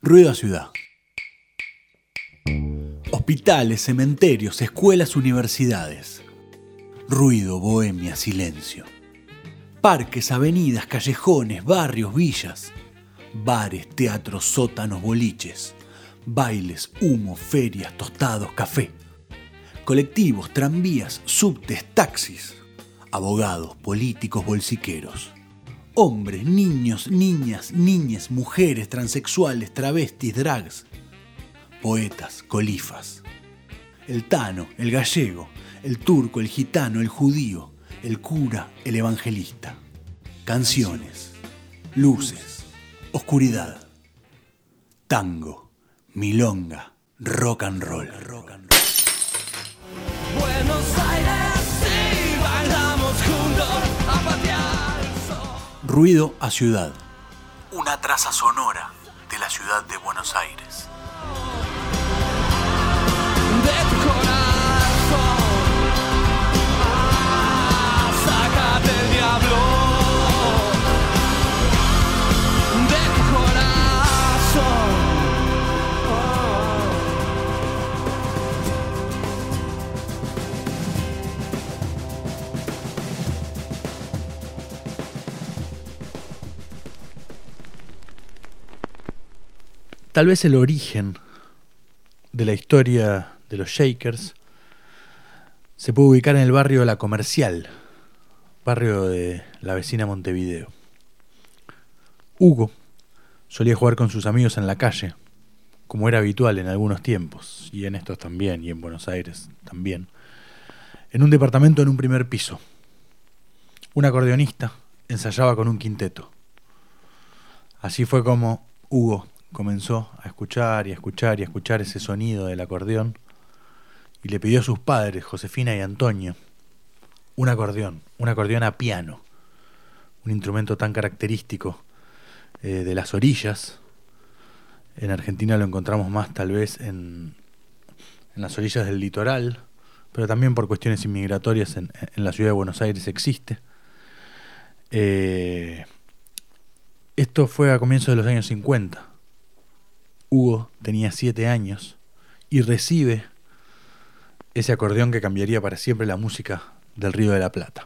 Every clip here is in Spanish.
Ruido a ciudad. Hospitales, cementerios, escuelas, universidades. Ruido, bohemia, silencio. Parques, avenidas, callejones, barrios, villas. Bares, teatros, sótanos, boliches. Bailes, humo, ferias, tostados, café. Colectivos, tranvías, subtes, taxis. Abogados, políticos, bolsiqueros. Hombres, niños, niñas, niñes, mujeres, transexuales, travestis, drags. Poetas, colifas. El tano, el gallego, el turco, el gitano, el judío, el cura, el evangelista. Canciones, luces, oscuridad. Tango, milonga, rock and roll. Buenos Aires, sí, bailamos juntos a patear. Ruido a ciudad. Una traza sonora de la ciudad de Buenos Aires. De tu corazón, sácate el diablo. De tu corazón. Tal vez el origen de la historia de los Shakers se puede ubicar en el barrio de La Comercial, barrio de la vecina Montevideo. Hugo solía jugar con sus amigos en la calle, como era habitual en algunos tiempos, y en estos también, y en Buenos Aires también, en un departamento en un primer piso. Un acordeonista ensayaba con un quinteto. Así fue como Hugo comenzó a escuchar y a escuchar y a escuchar ese sonido del acordeón y le pidió a sus padres, Josefina y Antonio, un acordeón a piano, un instrumento tan característico de las orillas. En Argentina lo encontramos más tal vez en las orillas del litoral, pero también por cuestiones inmigratorias en la ciudad de Buenos Aires existe. Esto fue a comienzos de los años 50. Hugo tenía 7 años y recibe ese acordeón que cambiaría para siempre la música del Río de la Plata.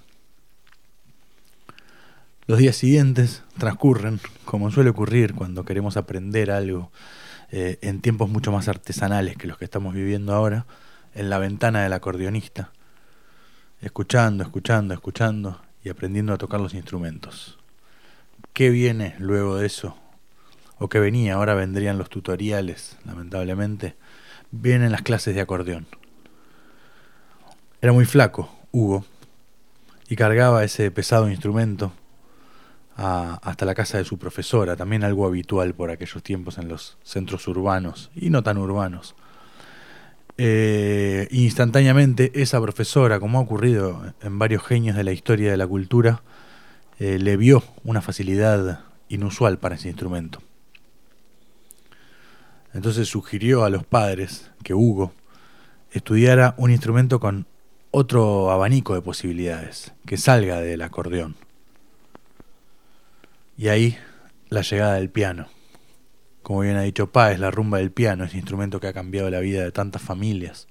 Los días siguientes transcurren, como suele ocurrir cuando queremos aprender algo en tiempos mucho más artesanales que los que estamos viviendo ahora, en la ventana del acordeonista, escuchando y aprendiendo a tocar los instrumentos. ¿Qué viene luego de eso? O que venía, ahora vendrían los tutoriales, lamentablemente, vienen las clases de acordeón. Era muy flaco, Hugo, y cargaba ese pesado instrumento hasta la casa de su profesora, también algo habitual por aquellos tiempos en los centros urbanos y no tan urbanos. Instantáneamente esa profesora, como ha ocurrido en varios genios de la historia de la cultura, le vio una facilidad inusual para ese instrumento. Entonces sugirió a los padres que Hugo estudiara un instrumento con otro abanico de posibilidades, que salga del acordeón. Y ahí la llegada del piano. Como bien ha dicho Páez, la rumba del piano, ese instrumento que ha cambiado la vida de tantas familias.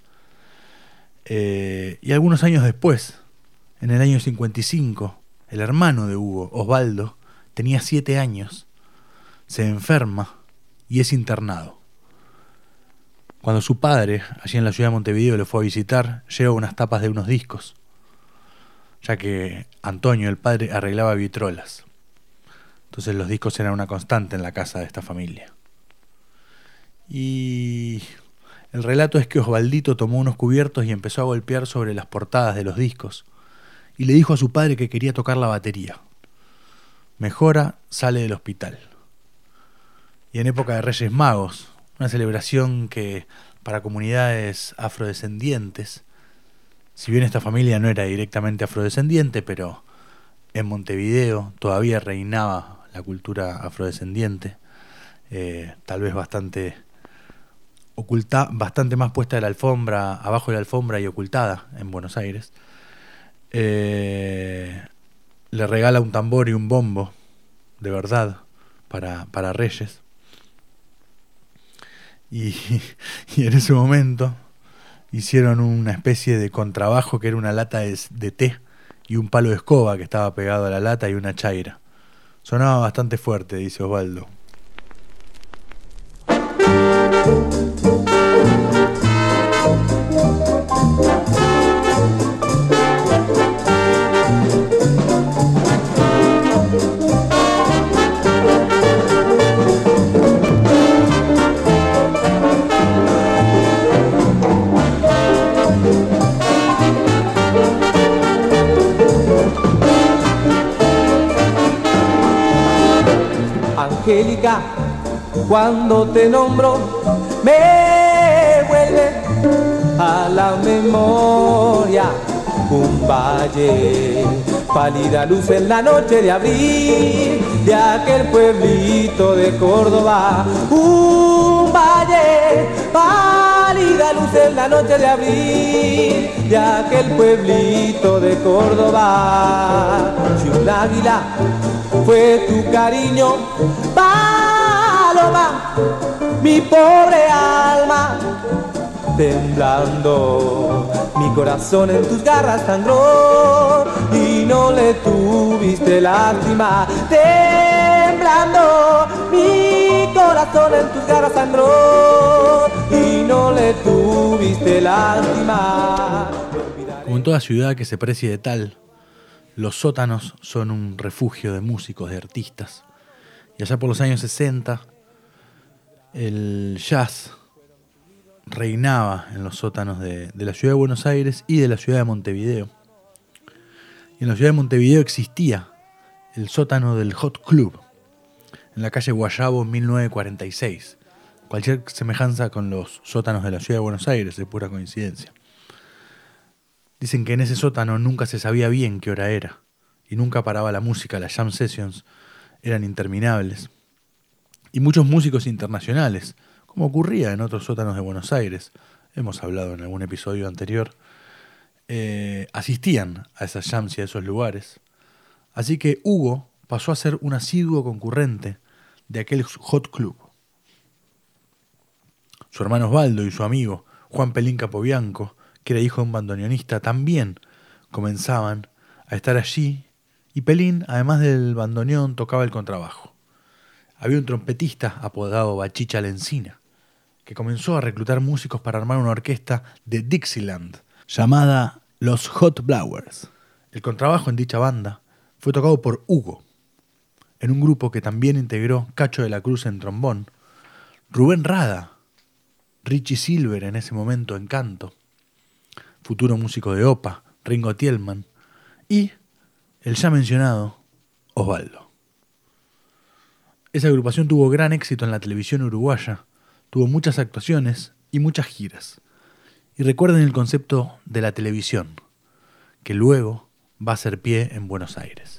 Y algunos años después, en el año 55, el hermano de Hugo, Osvaldo, tenía 7 años, se enferma y es internado. Cuando su padre, allí en la ciudad de Montevideo, lo fue a visitar, lleva unas tapas de unos discos, ya que Antonio, el padre, arreglaba vitrolas. Entonces los discos eran una constante en la casa de esta familia. Y el relato es que Osvaldito tomó unos cubiertos y empezó a golpear sobre las portadas de los discos, y le dijo a su padre que quería tocar la batería. Mejora, sale del hospital. Y en época de Reyes Magos, una celebración que para comunidades afrodescendientes, si bien esta familia no era directamente afrodescendiente, pero en Montevideo todavía reinaba la cultura afrodescendiente, tal vez bastante más puesta de la alfombra, abajo de la alfombra y ocultada en Buenos Aires. Le regala un tambor y un bombo de verdad para Reyes. y en ese momento hicieron una especie de contrabajo que era una lata de té y un palo de escoba que estaba pegado a la lata y una chaira. Sonaba bastante fuerte, dice Osvaldo. Angélica, cuando te nombro, me vuelve a la memoria un valle, pálida luz en la noche de abril, de aquel pueblito de Córdoba. Un valle, pálida luz en la noche de abril, de aquel pueblito de Córdoba. Si un águila fue tu cariño, paloma, mi pobre alma, temblando, mi corazón en tus garras sangró y no le tuviste lástima. Temblando, mi corazón en tus garras sangró y no le tuviste lástima. Como en toda ciudad que se precie de tal, los sótanos son un refugio de músicos, de artistas. Y allá por los años 60, el jazz reinaba en los sótanos de la ciudad de Buenos Aires y de la ciudad de Montevideo. Y en la ciudad de Montevideo existía el sótano del Hot Club, en la calle Guayabo 1946. Cualquier semejanza con los sótanos de la ciudad de Buenos Aires es pura coincidencia. Dicen que en ese sótano nunca se sabía bien qué hora era, y nunca paraba la música, las jam sessions eran interminables. Y muchos músicos internacionales, como ocurría en otros sótanos de Buenos Aires, hemos hablado en algún episodio anterior, asistían a esas jams y a esos lugares. Así que Hugo pasó a ser un asiduo concurrente de aquel Hot Club. Su hermano Osvaldo y su amigo Juan Pelín Capobianco, que era hijo de un bandoneonista, también comenzaban a estar allí, y Pelín, además del bandoneón, tocaba el contrabajo. Había un trompetista apodado Bachicha Lencina, que comenzó a reclutar músicos para armar una orquesta de Dixieland, llamada Los Hot Blowers. El contrabajo en dicha banda fue tocado por Hugo, en un grupo que también integró Cacho de la Cruz en trombón, Rubén Rada, Richie Silver en ese momento en canto, futuro músico de OPA, Ringo Tielman, y el ya mencionado Osvaldo. Esa agrupación tuvo gran éxito en la televisión uruguaya, tuvo muchas actuaciones y muchas giras. Y recuerden el concepto de la televisión, que luego va a hacer pie en Buenos Aires.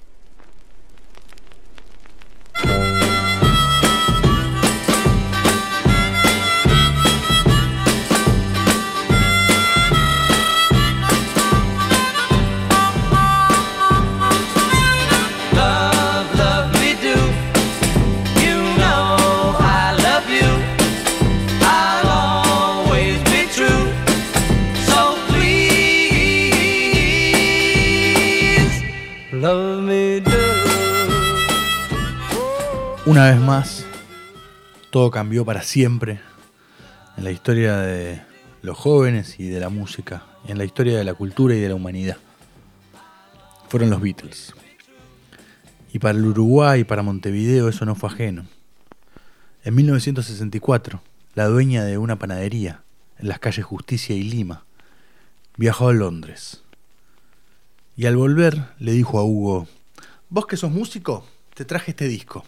Una vez más, todo cambió para siempre en la historia de los jóvenes y de la música, y en la historia de la cultura y de la humanidad. Fueron los Beatles. Y para el Uruguay y para Montevideo eso no fue ajeno. En 1964, la dueña de una panadería en las calles Justicia y Lima viajó a Londres. Y al volver le dijo a Hugo: «Vos que sos músico, te traje este disco».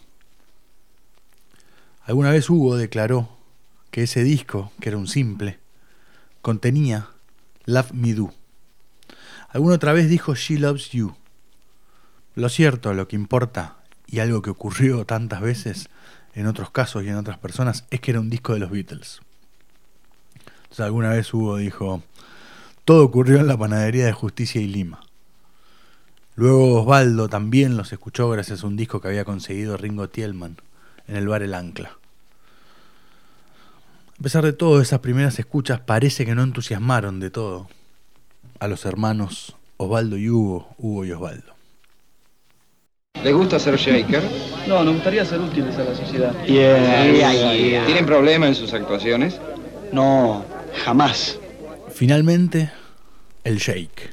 Alguna vez Hugo declaró que ese disco, que era un simple, contenía Love Me Do. Alguna otra vez dijo She Loves You. Lo cierto, lo que importa, y algo que ocurrió tantas veces en otros casos y en otras personas, es que era un disco de los Beatles. Entonces alguna vez Hugo dijo: todo ocurrió en la panadería de Justicia y Lima. Luego Osvaldo también los escuchó gracias a un disco que había conseguido Ringo Tielman en el bar El Ancla. A pesar de todo, esas primeras escuchas parece que no entusiasmaron de todo a los hermanos Osvaldo y Hugo, Hugo y Osvaldo. ¿Les gusta ser shaker? No, nos gustaría ser útiles a la sociedad. ¿Tienen problemas en sus actuaciones? No, jamás. Finalmente, el shake.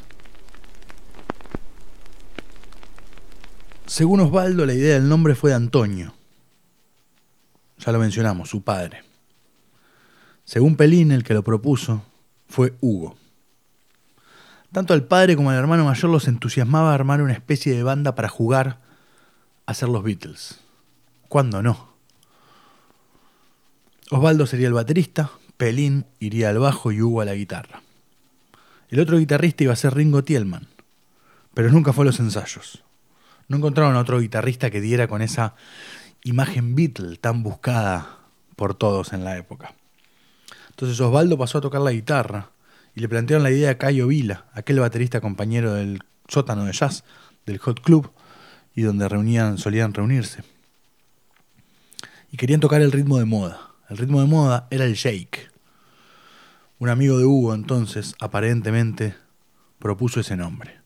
Según Osvaldo, la idea del nombre fue de Antonio. Ya lo mencionamos, su padre. Según Pelín, el que lo propuso fue Hugo. Tanto al padre como al hermano mayor los entusiasmaba armar una especie de banda para jugar a ser los Beatles. ¿Cuándo no? Osvaldo sería el baterista, Pelín iría al bajo y Hugo a la guitarra. El otro guitarrista iba a ser Ringo Tielman, pero nunca fue a los ensayos. No encontraron a otro guitarrista que diera con esa imagen Beatle tan buscada por todos en la época. Entonces Osvaldo pasó a tocar la guitarra y le plantearon la idea a Cayo Vila, aquel baterista compañero del sótano de jazz del Hot Club y donde solían reunirse. Y querían tocar el ritmo de moda. El ritmo de moda era el shake. Un amigo de Hugo entonces, aparentemente, propuso ese nombre.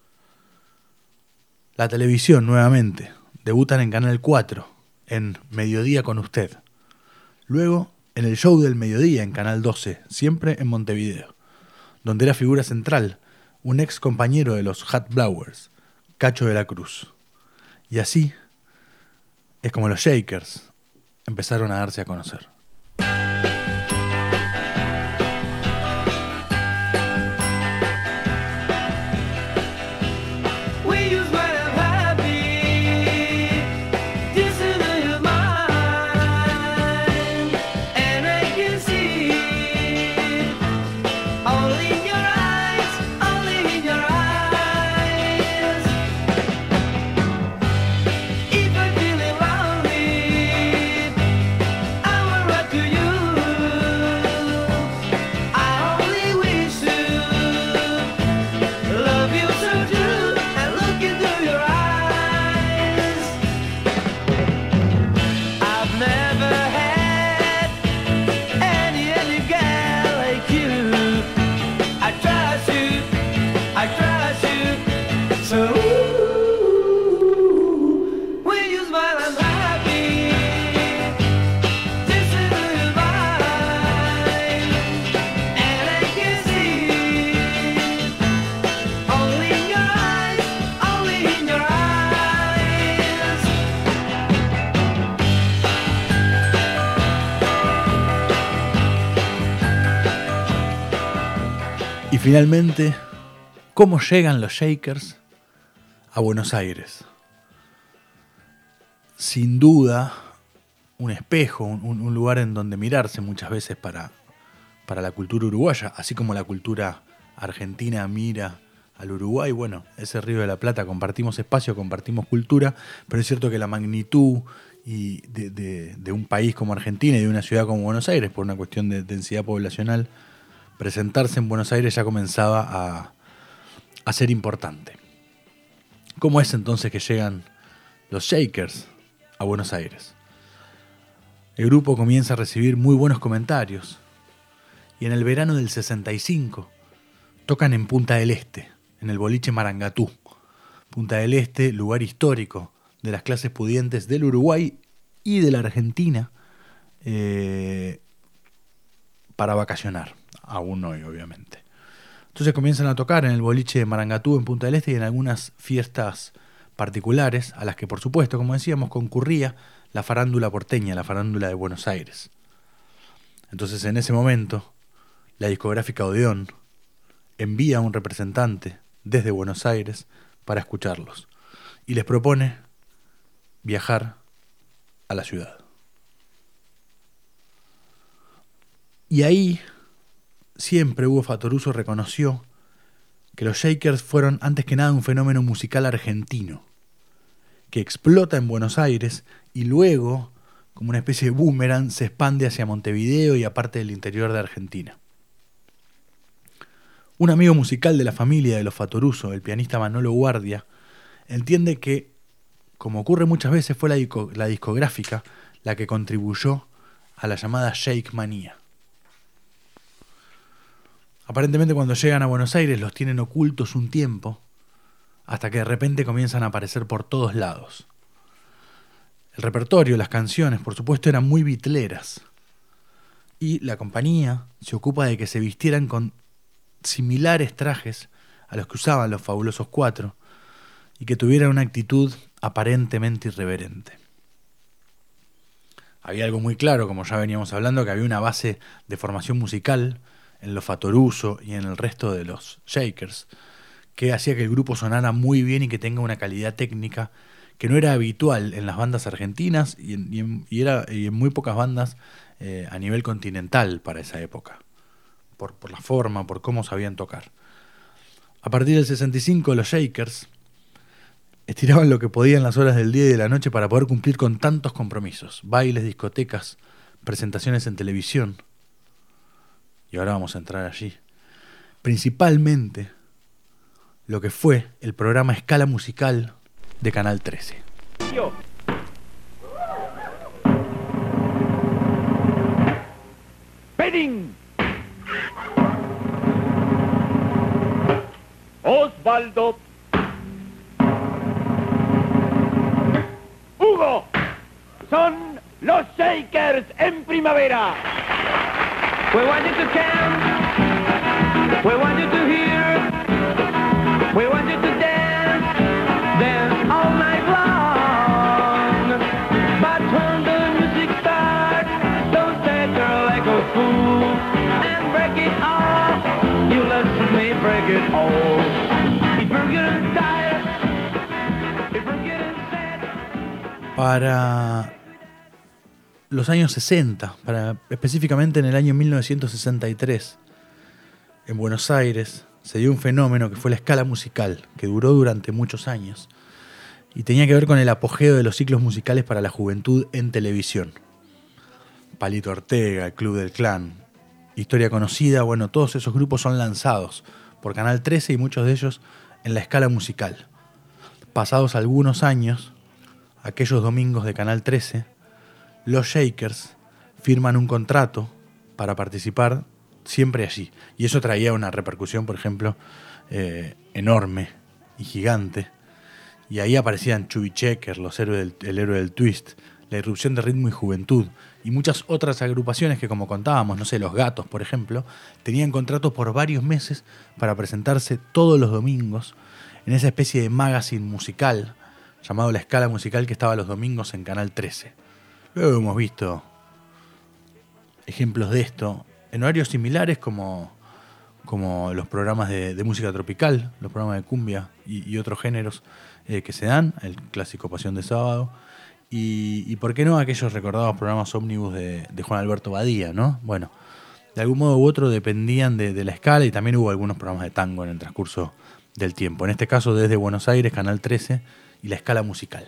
La televisión, nuevamente, debutan en Canal 4, en Mediodía con Usted. Luego, en el show del mediodía en Canal 12, siempre en Montevideo, donde era figura central, un ex compañero de los Hat Blowers, Cacho de la Cruz. Y así es como los Shakers empezaron a darse a conocer. Y finalmente, ¿cómo llegan los Shakers a Buenos Aires? Sin duda, un espejo, un lugar en donde mirarse muchas veces para la cultura uruguaya, así como la cultura argentina mira al Uruguay. Bueno, ese Río de la Plata, compartimos espacio, compartimos cultura, pero es cierto que la magnitud y de un país como Argentina y de una ciudad como Buenos Aires, por una cuestión de densidad poblacional, presentarse en Buenos Aires ya comenzaba a ser importante. ¿Cómo es entonces que llegan los Shakers a Buenos Aires? El grupo comienza a recibir muy buenos comentarios y en el verano del 65 tocan en Punta del Este, en el boliche Marangatú. Punta del Este, lugar histórico de las clases pudientes del Uruguay y de la Argentina para vacacionar. Aún hoy, obviamente. Entonces comienzan a tocar en el boliche de Marangatú en Punta del Este y en algunas fiestas particulares, a las que por supuesto, como decíamos, concurría la farándula porteña, la farándula de Buenos Aires. Entonces en ese momento, la discográfica Odeón envía a un representante desde Buenos Aires para escucharlos y les propone viajar a la ciudad. Y ahí siempre Hugo Fattoruso reconoció que los Shakers fueron antes que nada un fenómeno musical argentino, que explota en Buenos Aires y luego, como una especie de boomerang, se expande hacia Montevideo y a parte del interior de Argentina. Un amigo musical de la familia de los Fattoruso, el pianista Manolo Guardia, entiende que, como ocurre muchas veces, fue la discográfica la que contribuyó a la llamada Shake Manía. Aparentemente cuando llegan a Buenos Aires los tienen ocultos un tiempo, hasta que de repente comienzan a aparecer por todos lados. El repertorio, las canciones, por supuesto, eran muy bitleras. Y la compañía se ocupa de que se vistieran con similares trajes a los que usaban los Fabulosos Cuatro y que tuvieran una actitud aparentemente irreverente. Había algo muy claro, como ya veníamos hablando, que había una base de formación musical en los Fattoruso y en el resto de los Shakers, que hacía que el grupo sonara muy bien y que tenga una calidad técnica que no era habitual en las bandas argentinas y en muy pocas bandas a nivel continental para esa época, por la forma, por cómo sabían tocar. A partir del 65 los Shakers estiraban lo que podían las horas del día y de la noche para poder cumplir con tantos compromisos, bailes, discotecas, presentaciones en televisión. Y ahora vamos a entrar allí. Principalmente lo que fue el programa Escala Musical de Canal 13. Bedín, Osvaldo, Hugo, son los Shakers en primavera. We want you to count, we want you to hear, we want you to dance all night long. But when the music starts, don't take her like a fool and break it off. You let me break it all. If you're getting tired, if you're getting sad. Para los años 60, específicamente en el año 1963, en Buenos Aires se dio un fenómeno que fue la escala musical, que duró durante muchos años y tenía que ver con el apogeo de los ciclos musicales para la juventud en televisión. Palito Ortega, el Club del Clan, Historia Conocida, bueno, todos esos grupos son lanzados por Canal 13 y muchos de ellos en la escala musical. Pasados algunos años, aquellos domingos de Canal 13, los Shakers firman un contrato para participar siempre allí. Y eso traía una repercusión, por ejemplo, enorme y gigante. Y ahí aparecían Chubby Checker, el héroe del twist, la irrupción de Ritmo y Juventud, y muchas otras agrupaciones que, como contábamos, no sé, Los Gatos, por ejemplo, tenían contratos por varios meses para presentarse todos los domingos en esa especie de magazine musical llamado La Escala Musical, que estaba los domingos en Canal 13. Luego hemos visto ejemplos de esto en horarios similares como los programas de música tropical, los programas de cumbia y otros géneros que se dan, el clásico Pasión de Sábado, y por qué no aquellos recordados programas ómnibus de Juan Alberto Badía, ¿no? Bueno, de algún modo u otro dependían de la escala, y también hubo algunos programas de tango en el transcurso del tiempo. En este caso desde Buenos Aires, Canal 13 y la Escala Musical.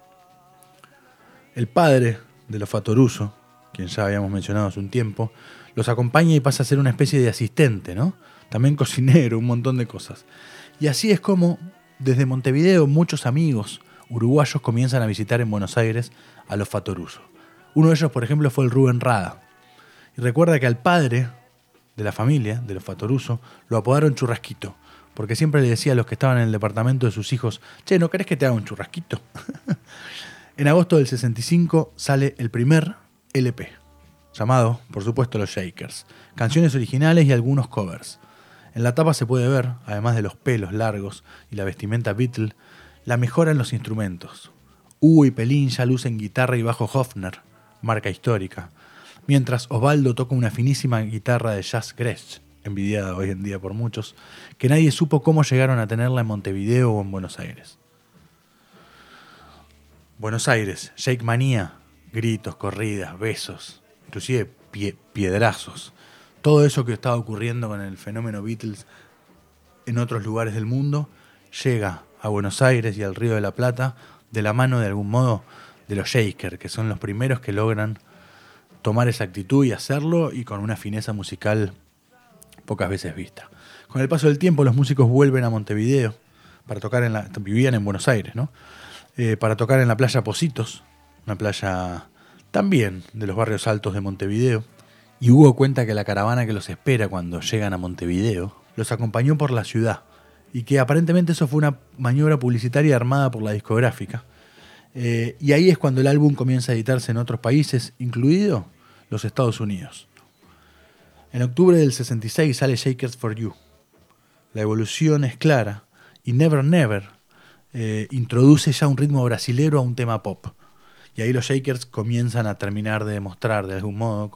El padre de los Fattoruso, quien ya habíamos mencionado hace un tiempo, los acompaña y pasa a ser una especie de asistente, ¿no? También cocinero, un montón de cosas. Y así es como, desde Montevideo, muchos amigos uruguayos comienzan a visitar en Buenos Aires a los Fattoruso. Uno de ellos, por ejemplo, fue el Rubén Rada. Y recuerda que al padre de la familia, de los Fattoruso, lo apodaron Churrasquito, porque siempre le decía a los que estaban en el departamento de sus hijos: che, ¿no querés que te haga un churrasquito? En agosto del 65 sale el primer LP, llamado, por supuesto, Los Shakers. Canciones originales y algunos covers. En la tapa se puede ver, además de los pelos largos y la vestimenta Beatle, la mejora en los instrumentos. Hugo y Pelín ya lucen guitarra y bajo Hofner, marca histórica, mientras Osvaldo toca una finísima guitarra de jazz Gretsch, envidiada hoy en día por muchos, que nadie supo cómo llegaron a tenerla en Montevideo o en Buenos Aires. Buenos Aires, Shake Manía, gritos, corridas, besos, inclusive piedrazos. Todo eso que estaba ocurriendo con el fenómeno Beatles en otros lugares del mundo llega a Buenos Aires y al Río de la Plata de la mano, de algún modo, de los Shakers, que son los primeros que logran tomar esa actitud y hacerlo, y con una fineza musical pocas veces vista. Con el paso del tiempo, los músicos vuelven a Montevideo para tocar vivían en Buenos Aires, ¿no? Para tocar en la playa Positos, una playa también de los barrios altos de Montevideo, Y Hugo cuenta que la caravana que los espera cuando llegan a Montevideo los acompañó por la ciudad y que aparentemente eso fue una maniobra publicitaria armada por la discográfica. Y ahí es cuando el álbum comienza a editarse en otros países, incluido los Estados Unidos. En octubre del 66 sale Shakers for You. La evolución es clara y Never Never introduce ya un ritmo brasilero a un tema pop. Y ahí los Shakers comienzan a terminar de demostrar, de algún modo,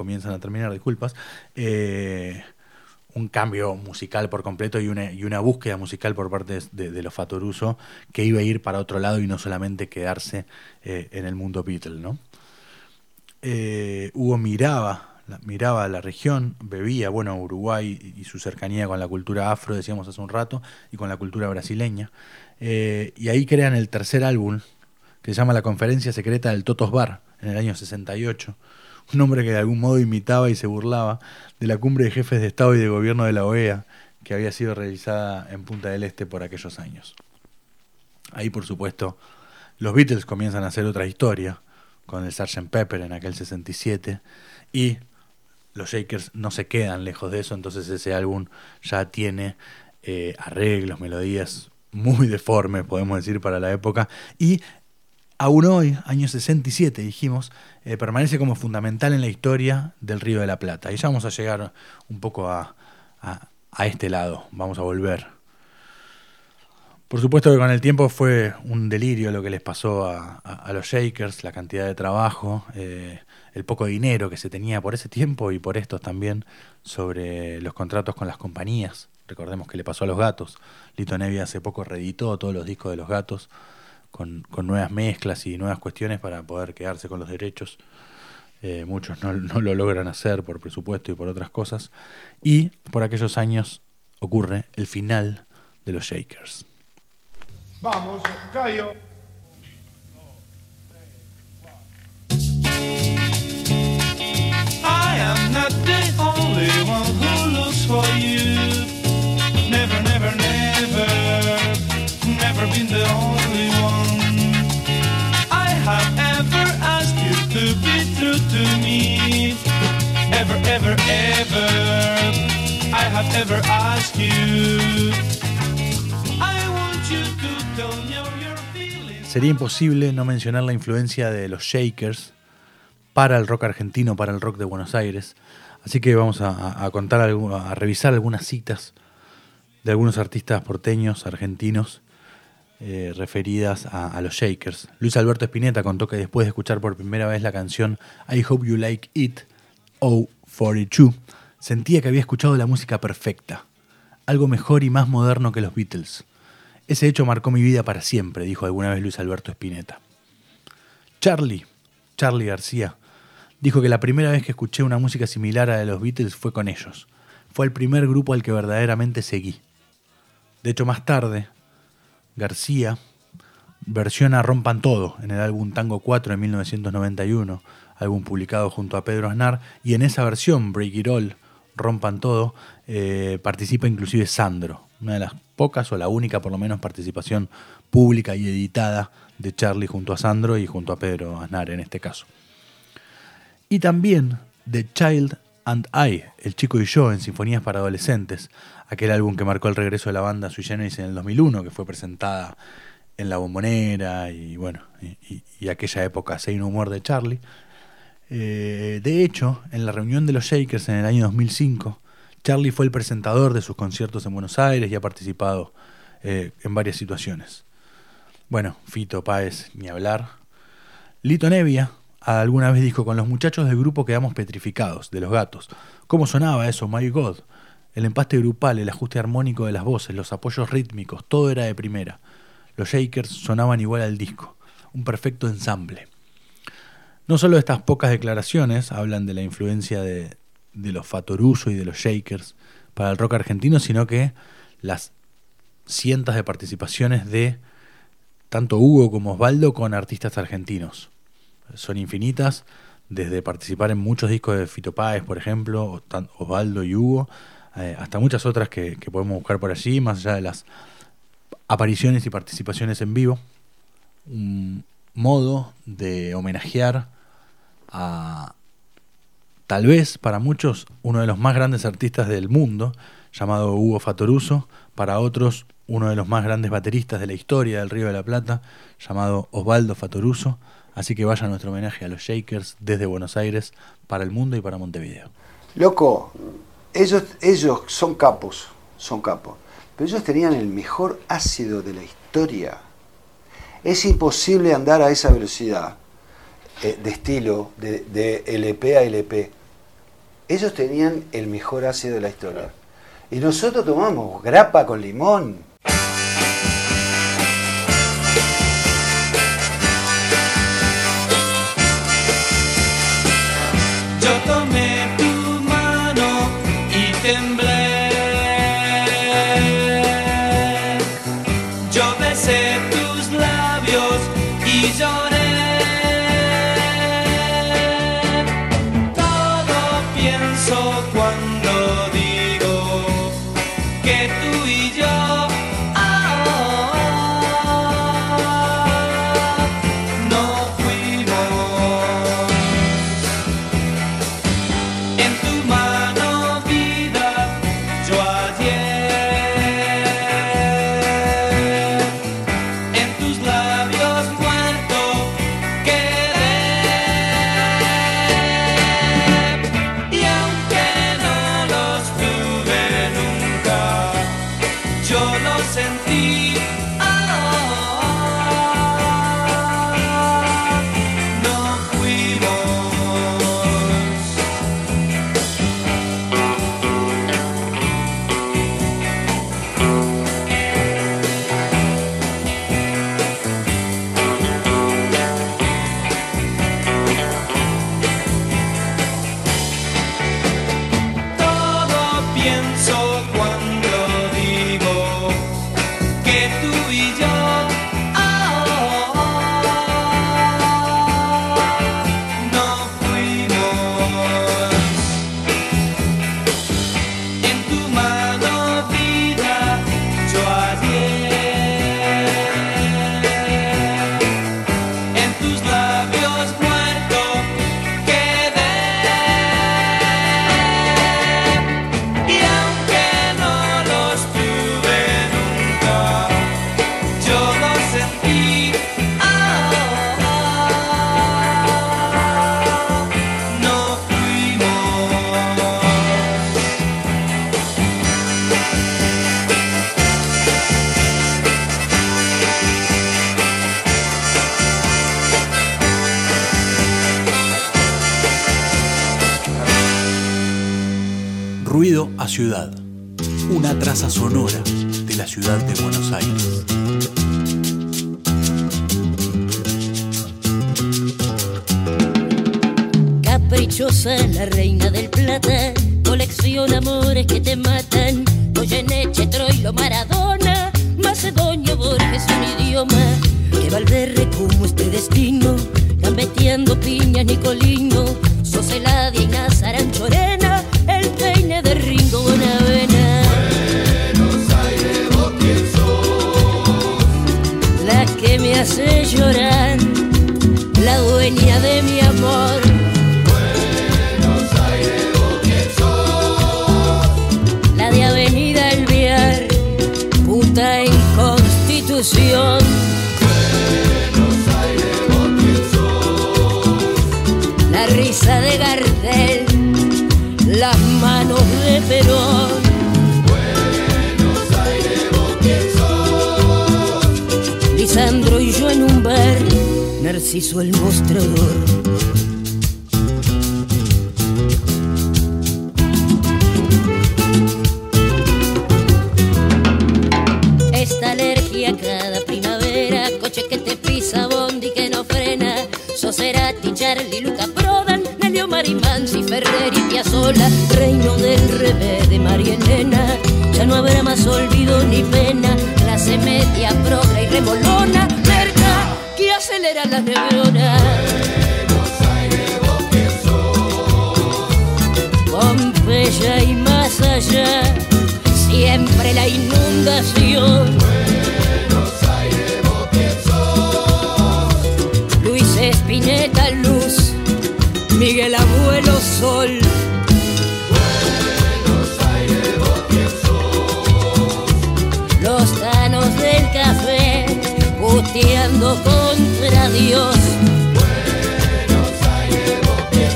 un cambio musical por completo y una búsqueda musical por parte de los Fatoruso, que iba a ir para otro lado y no solamente quedarse en el mundo Beatle, ¿no? Hugo miraba a la región, bebía, Uruguay y su cercanía con la cultura afro, decíamos hace un rato, y con la cultura brasileña. Y ahí crean el tercer álbum, que se llama La Conferencia Secreta del Totos Bar, en el año 68. Un hombre que de algún modo imitaba y se burlaba de la cumbre de jefes de Estado y de gobierno de la OEA, que había sido realizada en Punta del Este por aquellos años. Ahí, por supuesto, los Beatles comienzan a hacer otra historia, con el Sgt. Pepper en aquel 67, y los Shakers no se quedan lejos de eso, entonces ese álbum ya tiene arreglos, melodías muy deformes, podemos decir, para la época, y aún hoy, año 67, dijimos, permanece como fundamental en la historia del Río de la Plata. Y ya vamos a llegar un poco a este lado, vamos a volver. Por supuesto que con el tiempo fue un delirio lo que les pasó a los Shakers, la cantidad de trabajo, el poco dinero que se tenía por ese tiempo y por estos también sobre los contratos con las compañías. Recordemos que le pasó a los Gatos. Lito Nebbia hace poco reeditó todos los discos de los Gatos con nuevas mezclas y nuevas cuestiones para poder quedarse con los derechos. Muchos no lo logran hacer por presupuesto y por otras cosas. Y por aquellos años ocurre el final de los Shakers. Vamos, Cayo. I am not the only one who looks for you. Never, never, never, never been the only one. I have ever asked you to be true to me. Ever, ever, ever, I have ever asked you. I want you to tell me your feelings. Sería imposible no mencionar la influencia de los Shakers para el rock argentino, para el rock de Buenos Aires. Así que vamos a revisar algunas citas de algunos artistas porteños, argentinos, referidas a los Shakers. Luis Alberto Spinetta contó que después de escuchar por primera vez la canción I Hope You Like It, O42, sentía que había escuchado la música perfecta, algo mejor y más moderno que los Beatles. Ese hecho marcó mi vida para siempre, dijo alguna vez Luis Alberto Spinetta. Charlie García dijo que la primera vez que escuché una música similar a la de los Beatles fue con ellos. Fue el primer grupo al que verdaderamente seguí. De hecho, más tarde, García versiona Rompan Todo en el álbum Tango 4 de 1991, álbum publicado junto a Pedro Aznar, y en esa versión, Break It All, Rompan Todo, participa inclusive Sandro, una de las pocas o la única por lo menos participación pública y editada de Charlie junto a Sandro y junto a Pedro Aznar en este caso. Y también The Child and I, El Chico y Yo, en Sinfonías para Adolescentes, aquel álbum que marcó el regreso de la banda Sui Generis en el 2001, que fue presentada en La Bombonera y bueno, y aquella época Say No More de Charlie. De hecho, en la reunión de los Shakers en el año 2005, Charlie fue el presentador de sus conciertos en Buenos Aires y ha participado en varias situaciones. Bueno, Fito Páez, ni hablar. Lito Nebbia alguna vez dijo: con los muchachos del grupo quedamos petrificados, de los Gatos. ¿Cómo sonaba eso? My God. El empaste grupal, el ajuste armónico de las voces, los apoyos rítmicos, todo era de primera. Los Shakers sonaban igual al disco. Un perfecto ensamble. No solo estas pocas declaraciones hablan de la influencia de los Fatoruso y de los Shakers para el rock argentino, sino que las cientos de participaciones de tanto Hugo como Osvaldo con artistas argentinos son infinitas, desde participar en muchos discos de Fito Páez, por ejemplo, Osvaldo y Hugo, hasta muchas otras que podemos buscar por allí, más allá de las apariciones y participaciones en vivo. Un modo de homenajear a tal vez para muchos uno de los más grandes artistas del mundo, llamado Hugo Fattoruso, para otros uno de los más grandes bateristas de la historia del Río de la Plata, llamado Osvaldo Fattoruso. Así que vaya nuestro homenaje a los Shakers desde Buenos Aires para el mundo y para Montevideo. Loco, ellos son capos, pero ellos tenían el mejor ácido de la historia. Es imposible andar a esa velocidad de estilo, de LP a LP. Ellos tenían el mejor ácido de la historia. Y nosotros tomamos grapa con limón. Yo tomé tu mano y temblé. Yo besé tus labios y lloré. Todo pienso cuando digo que tú y yo no fuimos. En tu mano vida yo ayer, en tus labios muerto quedé. Y aunque no los tuve nunca, yo lo sentí. No fuimos. Todo pienso cuando digo que tú y yo no fuimos. En tu mano vida yo ayer, en tus labios muerto quedé. Y aunque no los tuve nunca, yo lo sentí. No fuimos. Ruido a ciudad. Una traza sonora de la ciudad de Buenos Aires. Caprichosa, la reina del plata, colecciona amores que te matan. Goyeneche, Troilo, Maradona, Macedonio, Borges, un idioma. Que Valverde como este destino, gambeteando piñas, Nicolino, Soseladia, Inás, Aranchorena, el peine de Ringo Bonavena. Buenos Aires, vos quién sos. La que me hace llorar, la dueña de mi amor. Buenos Aires, vos quién sos. La de Avenida Alvear, Punta en Constitución. Buenos Aires, vos quién sos. La risa de Gardel, las manos de Perón. Buenos Aires, vos quién sos. Lisandro y yo en un bar, Narciso el mostrador. Esta alergia cada primavera, coche que te pisa, bondi que no frena. Soserati, Charlie, Luca Prodan, Nelio Marimansi, Ferrer y Piazzolla. Reino del revés de María Elena, ya no habrá más olvido ni pena. Clase media, progra y remolona, merca que acelera las neuronas. Buenos Aires, vos quién sos. Pompeya y más allá, siempre la inundación. Buenos Aires, vos quién sos. Luis Espineta, Luz, Miguel Abuelo, Sol. Dios. Buenos Aires, ¿vos quién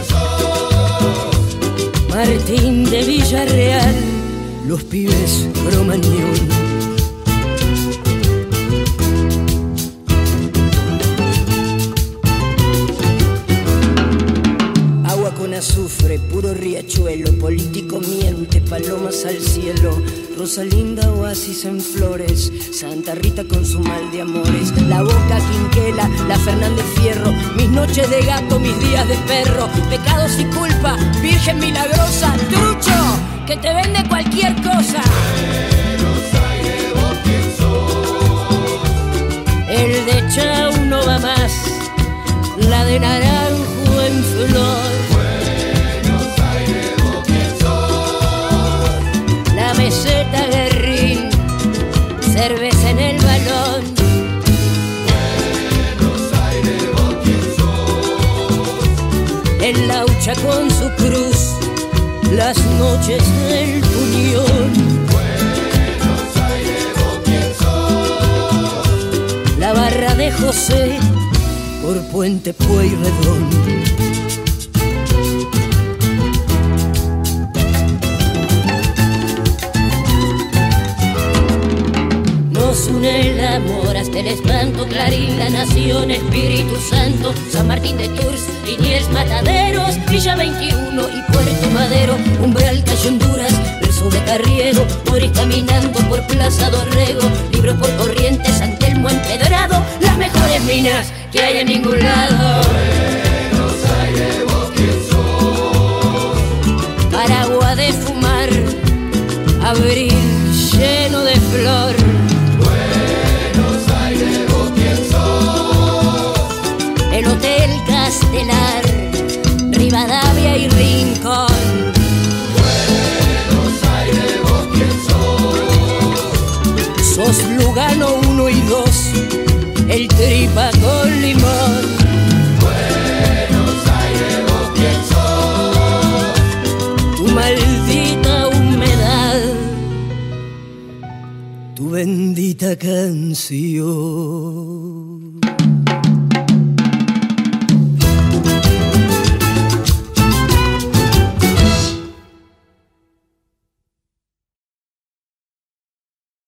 sos? Martín de Villarreal, los pibes Cromañón. Agua con azufre, puro riachuelo, político miente, palomas al cielo. Rosalinda, oasis en flores, Santa Rita con su mal de amores. La Boca, Quinquela, la Fernández Fierro, mis noches de gato, mis días de perro. Pecados y culpa, Virgen milagrosa, trucho, que te vende cualquier cosa. Buenos Aires, ¿vos quién sos? El de Chau no va más, la de Naranjo en flor. Buenos Aires, ¿vos quién sos? La meseta Guerrín, cerveza en el balón. Buenos Aires, ¿vos quién sos? El Laucha con su cruz, las noches del Puñón. Buenos Aires, ¿vos quién sos? La barra de José por Puente Pueyrredón. Nos une el amor hasta el espanto, Clarín, La Nación, Espíritu Santo, San Martín de Tours, Liniers, Mataderos, Villa 21 y Puerto Madero, Umbral, Cayo Honduras, verso de Carriero, Moris caminando por Plaza Dorrego, Libro por Corrientes, San Telmo empedrado, las mejores minas que hay en ningún lado. Buenos Aires, ¿vos quién sos? Aragua de fumar, abril lleno de flor. Buenos Aires, ¿vos quién sos? El Hotel Castelar, Rivadavia y Rincón. Buenos Aires, ¿vos quién sos? Sos Lugano 1 y 2, el Tripa con limón. Buenos Aires, ¿vos quién sos? Tu maldita humedad, tu bendita canción.